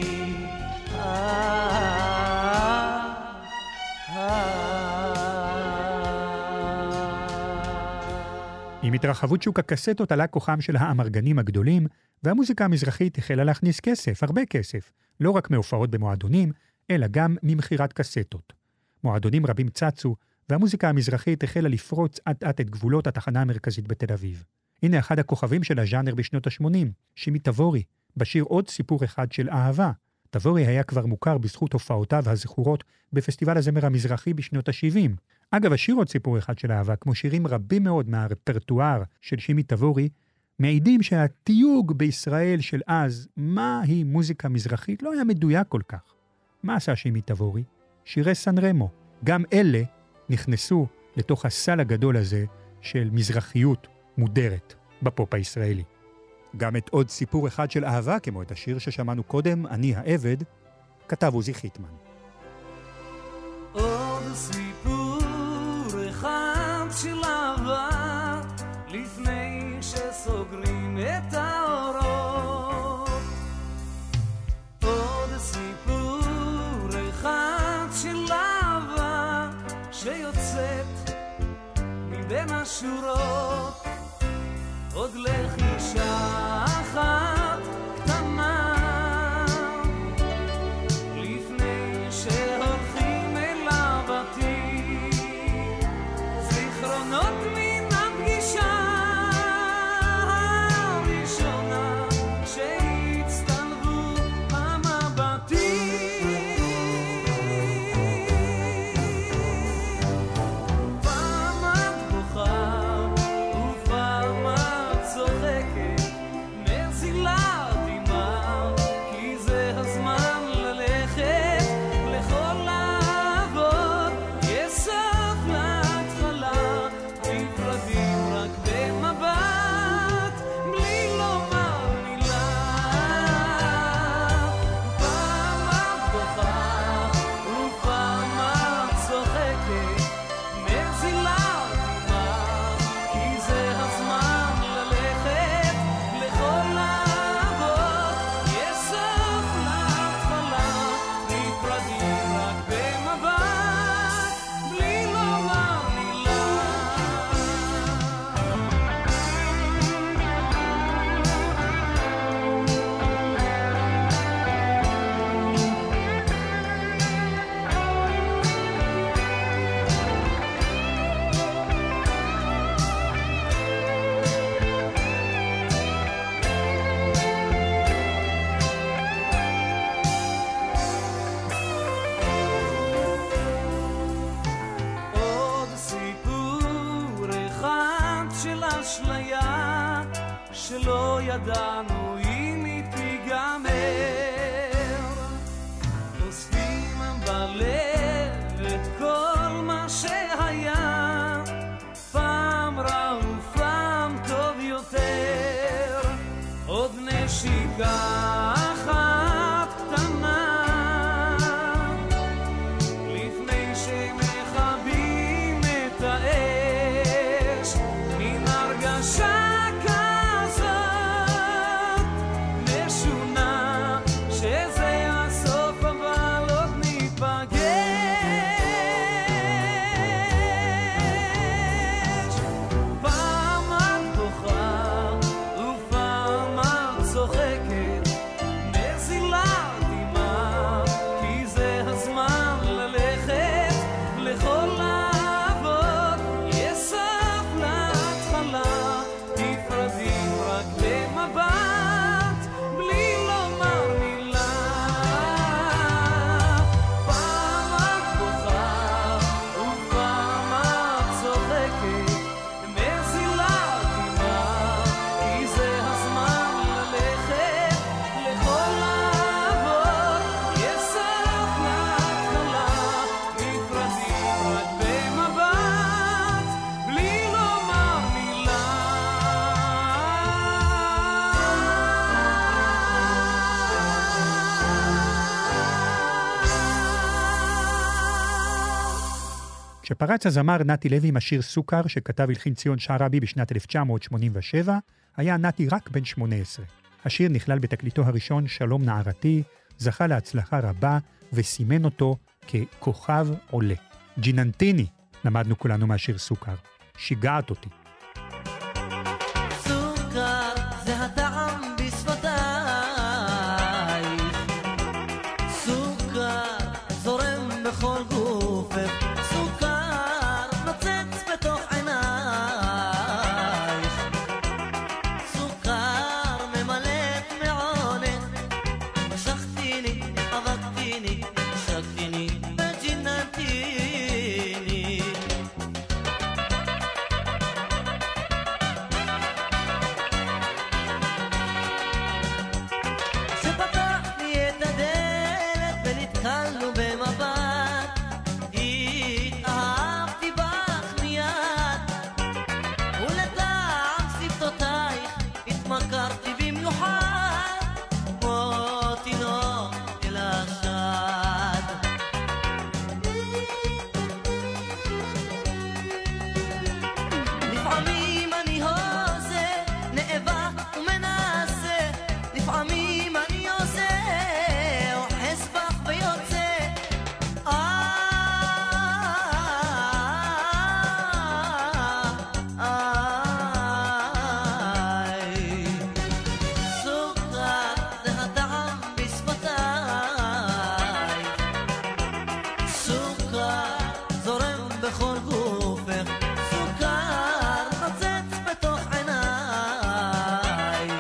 עם עם התרחבות שוק הקסטות עלה כוחם של האמרגנים הגדולים, והמוזיקה המזרחית החלה להכניס כסף, הרבה כסף, לא רק מהופעות במועדונים, אלא גם ממחירת קסטות. מועדונים רבים צצו, והמוזיקה המזרחית החלה לפרוץ עד עד את גבולות התחנה המרכזית בתל אביב. הנה אחד הכוכבים של הז'אנר בשנות ה-שמונים, שימי תבורי, בשיר עוד סיפור אחד של אהבה. תבורי היה כבר מוכר בזכות הופעותיו הזכורות בפסטיבל הזמר המזרחי בשנות ה-שבעים. אגב, השיר עוד סיפור אחד של אהבה, כמו שירים רבים מאוד מהרפרטואר של שימי תבורי, מעידים שהתיוג בישראל של אז, מהי מוזיקה מזרחית, לא היה מדויק כל כך. מה עשה שימי תבורי? שירי סן רמו. גם אלה נכנסו לתוך הסל הגדול הזה של מזרחיות מודרת בפופ הישראלי. גם את עוד סיפור אחד של אהבה, כמו את השיר ששמענו קודם, אני העבד, כתב עוזי חיטמן. עוד סיפור אחד של אהבה, לפני שסוגרים את האורות. עוד סיפור אחד של אהבה, שיוצאת מבין השורות. עוד לחישה אחת קטנה, לפני שהולכים אל הבתים, זיכרונות מן הפגישה הראשונה, שהצטלבו המבטים. פעם את בוכה ופעם את צוחקת, מצילה דמעה, כי זה הזמן ללכת לכל האבות. יש סוף להתחלה, נפרדים רק במבט, בלי לומר מילה. פעם את בוכה ופעם את צוחקת, מצילה דמעה, כי זה הזמן ללכת לכל האבות. יש סוף להתחלה, נפרדים רק במבט, בלי לומר מילה. עוד סיפור אחד של אשליה, שלא ידענו אם היא תיגמר. אוספים בלב את כל מה שהיה, פעם רע ופעם טוב יותר. עוד נשיקה אחת קטנה, לפני שמכבים את האש, מן הרגשה כזאת משונה, שזה הסוף אבל עוד ניפגש. פעם את בוכה ופעם את צוחקת, מצילה דמעה, כי זה הזמן ללכת לכל האבות. יש סוף להתחלה, נפרדים רק במבט, בלי לומר מילה. פעם את בוכה ופעם את צוחקת, מצילה דמעה, כי זה הזמן ללכת לכל האבות. יש סוף להתחלה, נפרדים רק במבט, בלי לומר מילה. כשפרץ הזמר נתי לוי עם השיר סוכר שכתב הלחין ציון שערבי בשנת אלף תשע מאות שמונים ושבע, היה נתי רק בן שמונה עשרה. השיר נכלל בתקליטו הראשון שלום נערתי, זכה להצלחה רבה וסימן אותו ככוכב עולה. ג'יננטיני, למדנו כולנו מהשיר סוכר. שיגעת אותי. בכל גופך, סוכר נוצץ בתוך עינייך, סוכר ממלאת מעונך, משכתיני, אבקתיני, שקתיני וג'יננתיני. שפתח לי את הדלת ונתקלנו במבט, התאהבתי בך מיד, ולטעם שפתותייך התמכרתי במיוחד, כמו תינוק אל השד. לפעמים אני הוזה, נאבק ומנסה, לפעמים אני עושה, אוחז בך ויוצא. איי, סוכר זה הטעם בשפתיי, סוכר זורם בכל גופך, סוכר נוצץ בתוך עיניי,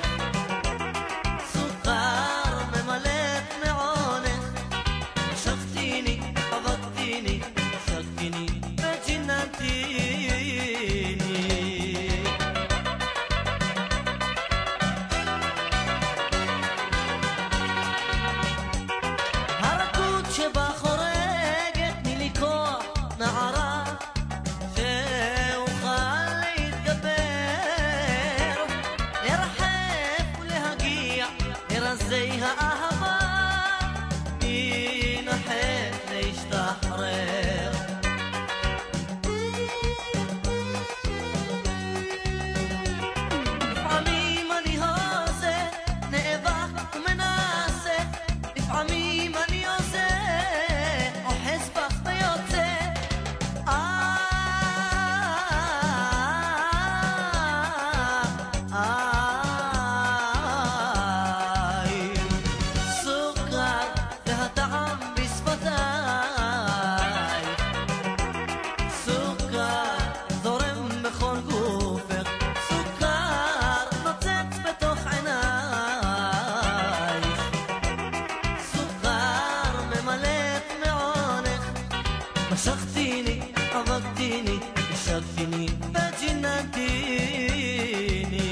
סוכר ממלאת מעונך, משכתיני, אבקתיני, שקתיני וג'יננתיני. הרכות שבה חורגת מלי כוח נערה, שאוכל להתגבר, לרחף ולהגיע לרזי האהבה, להנחת להשתחרר. לפעמים אני הוזה, נאבק ומנסה, לפעמים אני עושה, אוחז בך ויוצא. איי, סוכר זה הטעם בשפתיי, סוכר זורם בכל גופך, סוכר נוצץ בתוך עינייך, סוכר ממלאת מעונך, משכתיני, אבקתיני, שקתיני וג'יננתיני.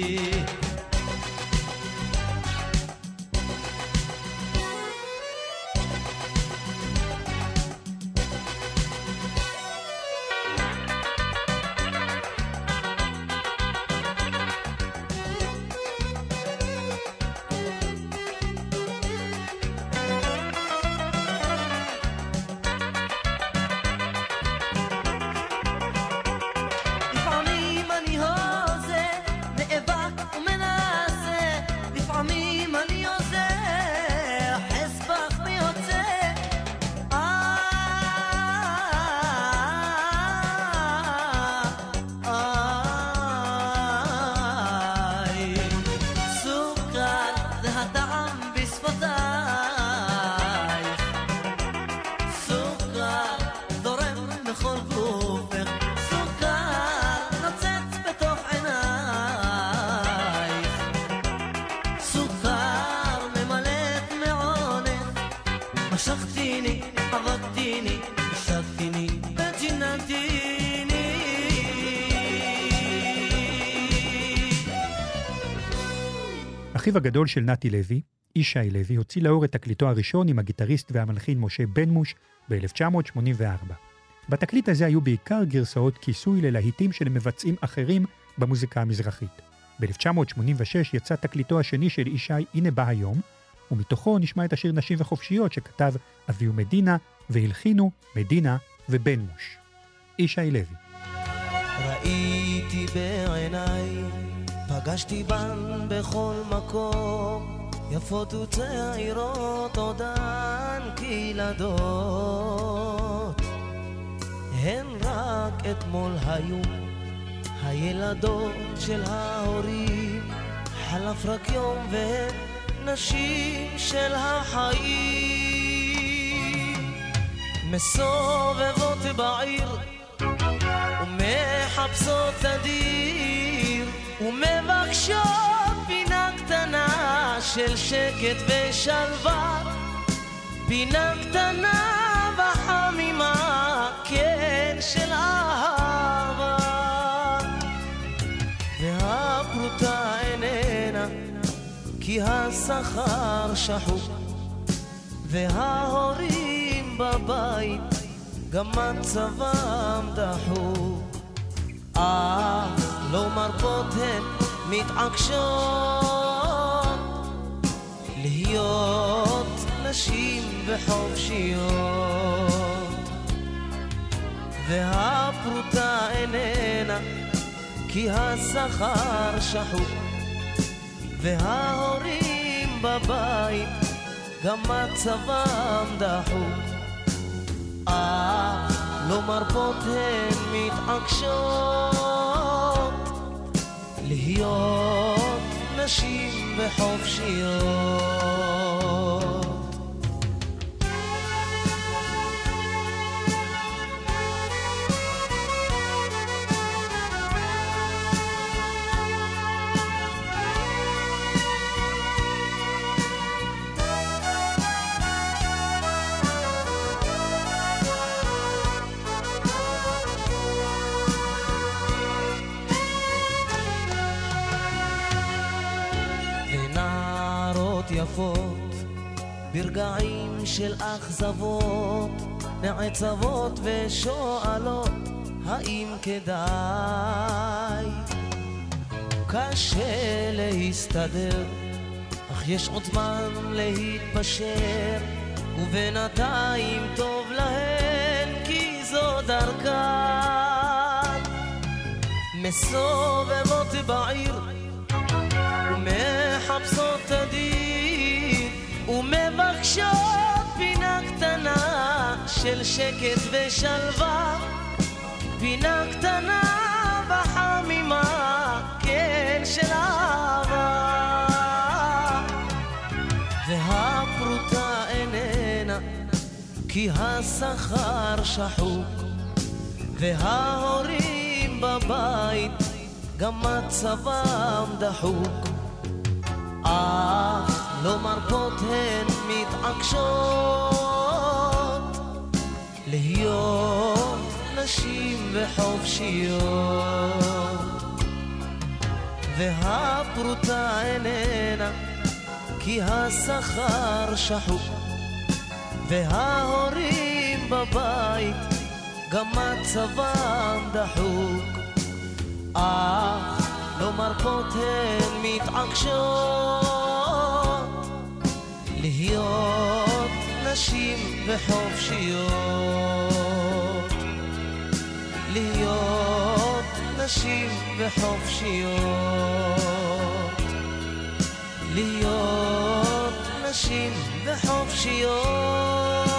לפעמים אני הוזה, נאבק ומנסה, לפעמים אני עושה, אוחז בך ויוצא. איי, סוכר זה הטעם בשפתיי, סוכר זורם בכל גופך, סוכר נוצץ בתוך עינייך, סוכר ממלאת מעונך, משכתיני, אבקתיני, שקתיני וג'יננתיני. אחיו הגדול של נתי לוי, ישי לוי, הוציא לאור את תקליטו הראשון עם הגיטריסט והמלחין משה בנמוש ב-אלף תשע מאות שמונים וארבע. בתקליט הזה היו בעיקר גרסאות כיסוי ללהיטים של מבצעים אחרים במוזיקה המזרחית. ב-אלף תשע מאות שמונים ושש יצא תקליטו השני של ישי, הנה בא היום, ומתוכו נשמע את השיר נשים וחופשיות שכתב אביהו מדינה והלחינו מדינה ובנמוש. ישי לוי. ראיתי בעיניי, פגשתי בן בכל מקום, יפות וצעירות עודן כילדות, הן רק אתמול היו הילדות של ההורים, חלף רק יום והן נשים של החיים. מסובבות בעיר ומחפשות אדיר ומבקשות פינה קטנה של שקט ושלווה, פינה קטנה וחמימה, כן, של אהבה. והפרוטה איננה כי השכר שחוק, וההורים בבית גם מצבם דחוק. אך לא מרפות הן מתעקשות להיות נשים וחופשיות. והפרוטה איננה כי השכר שחוק, וההורים בבית גם מצבם דחוק. אך לא מרפות הן מתעקשות להיות נשים וחופשיות. יפות ברגעים של אכזבות נעצבות ושואלות האם כדאי. קשה להסתדר אך יש עוד זמן להתפשר, ובינתיים טוב להן כי זו דרכן. מסובבות בעיר ומחפשות אדיר ומבקשות פינה קטנה של שקט ושלווה, פינה קטנה וחמימה, כן, של אהבה. והפרוטה איננה כי השכר שחוק, וההורים בבית גם מצבם דחוק. אך לא מרפות הן מתעקשות להיות נשים וחופשיות. והפרוטה איננה כי השכר שחוק, וההורים בבית גם מצבם דחוק. אך לא מרפות הן מתעקשות להיות נשים וחופשיות, להיות נשים וחופשיות, להיות נשים וחופשיות.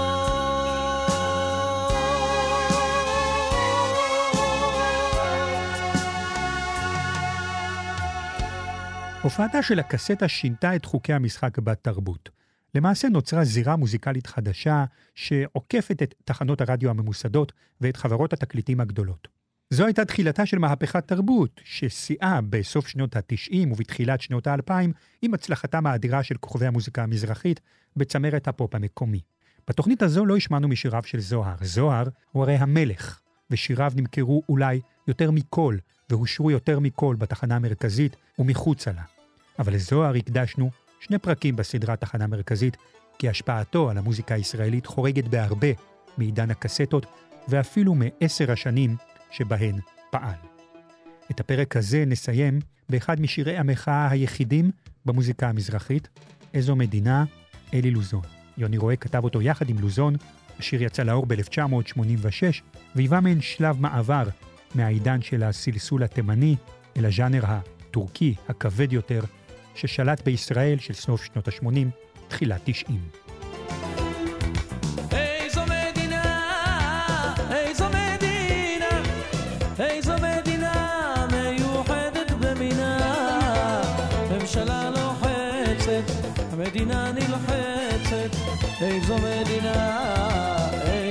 הופעתה של הקסטה שינתה את חוקי המשחק בתרבות. למעשה נוצרה זירה מוזיקלית חדשה שעוקפת את תחנות הרדיו הממוסדות ואת חברות התקליטים הגדולות. זו הייתה תחילתה של מהפכת תרבות, ששיאה בסוף שנות ה-תשעים ובתחילת שנות ה-אלפיים עם הצלחתם האדירה של כוכבי המוזיקה המזרחית בצמרת הפופ המקומי. בתוכנית הזו לא השמענו משיריו של זוהר. זוהר הוא הרי המלך, ושיריו נמכרו אולי יותר מכל והושרו יותר מכל בתחנה המרכזית ומחוצה לה. אבל לזוהר הקדשנו שני פרקים בסדרה תחנה מרכזית, כי השפעתו על המוזיקה הישראלית חורגת בהרבה מעידן הקסטות, ואפילו מעשר השנים שבהן פעל. את הפרק הזה נסיים באחד משירי המחאה היחידים במוזיקה המזרחית, איזו מדינה, אלי לוזון. יוני רואה כתב אותו יחד עם לוזון, השיר יצא לאור ב-אלף תשע מאות שמונים ושש, והיווה מעין שלב מעבר מהעידן של הסלסול התימני אל הז'אנר הטורקי הכבד יותר, ששלט בישראל של סוף שנות ה-שמונים, תחילת תשעים. איזו מדינה, איזו מדינה, איזו מדינה מיוחדת במינה, ממשלה לוחצת, המדינה נלחצת, איזו מדינה,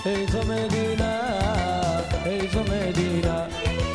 איזו מדינה, איזו מדינה.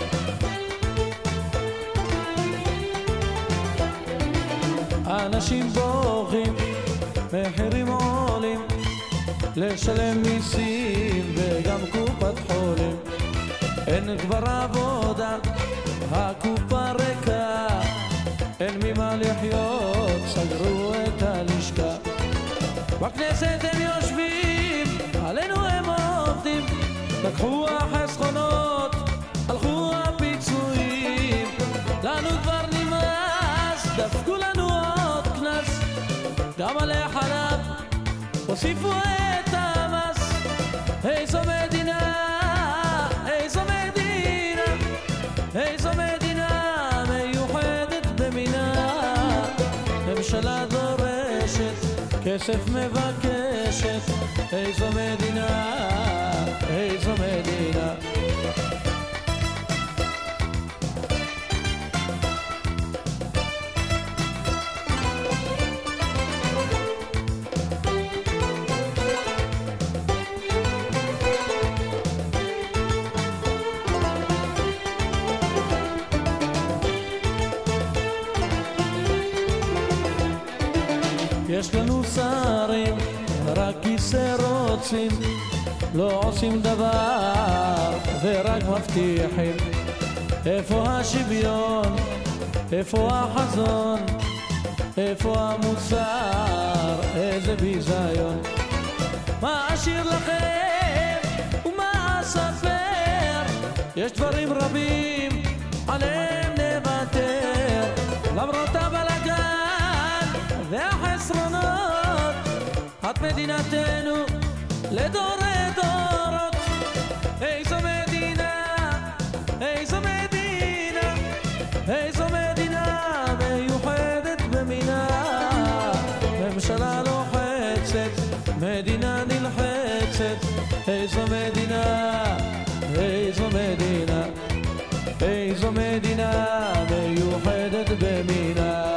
אנשים בוכים, מחירים עולים, לשלם מיסים וגם קופת חולים. אין כבר עבודה, הקופה ריקה, אין ממה לחיות, סגרו את הלשכה. בכנסת הם יושבים, עלינו הם עובדים, לקחו החסכונות, הלכו הפיצויים. לנו כבר נמאס, דפקו לנו עוד כנס, גם על החלב הוסיפו את המס. איזו מדינה, איזו מדינה, איזו מדינה מיוחדת במינה. ממשלה דורשת, כסף מבקשת, איזו מדינה, איזו מדינה. יש לנו שרים, רק כיסא רוצים, לא עושים דבר ורק מבטיחים. איפה השוויון, איפה החזון, איפה המוסר, איזה ביזיון. מה אשאיר לכם ומה אספר, יש דברים רבים עליהם נוותר. למרות הבלגן והחסרונות, את מדינתנו לדורי דורות. איזו מדינה, איזו מדינה, איזו מדינה מיוחדת במינה. ממשלה לוחצת, מדינה נלחצת, איזו מדינה, איזו מדינה, איזו מדינה מיוחדת במינה.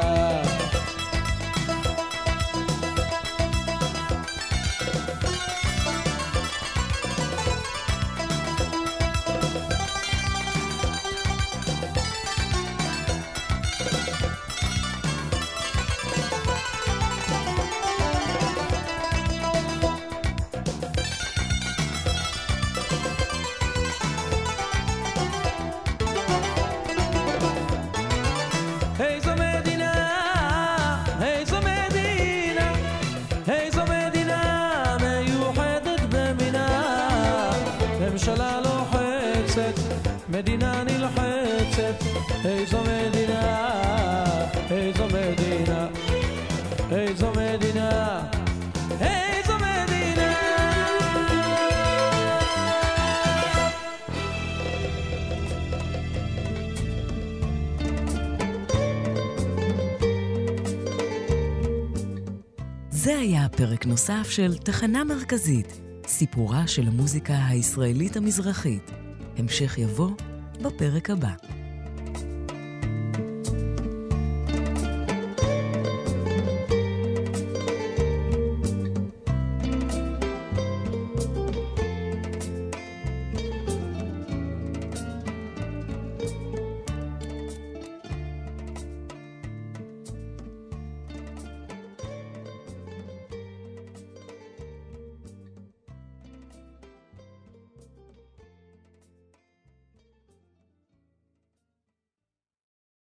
ממשלה לוחצת, מדינה נלחצת, איזו מדינה, איזו מדינה, איזו מדינה, איזו מדינה. זה היה פרק נוסף של תחנה מרכזית, סיפורה של המוזיקה הישראלית המזרחית. המשך יבוא בפרק הבא.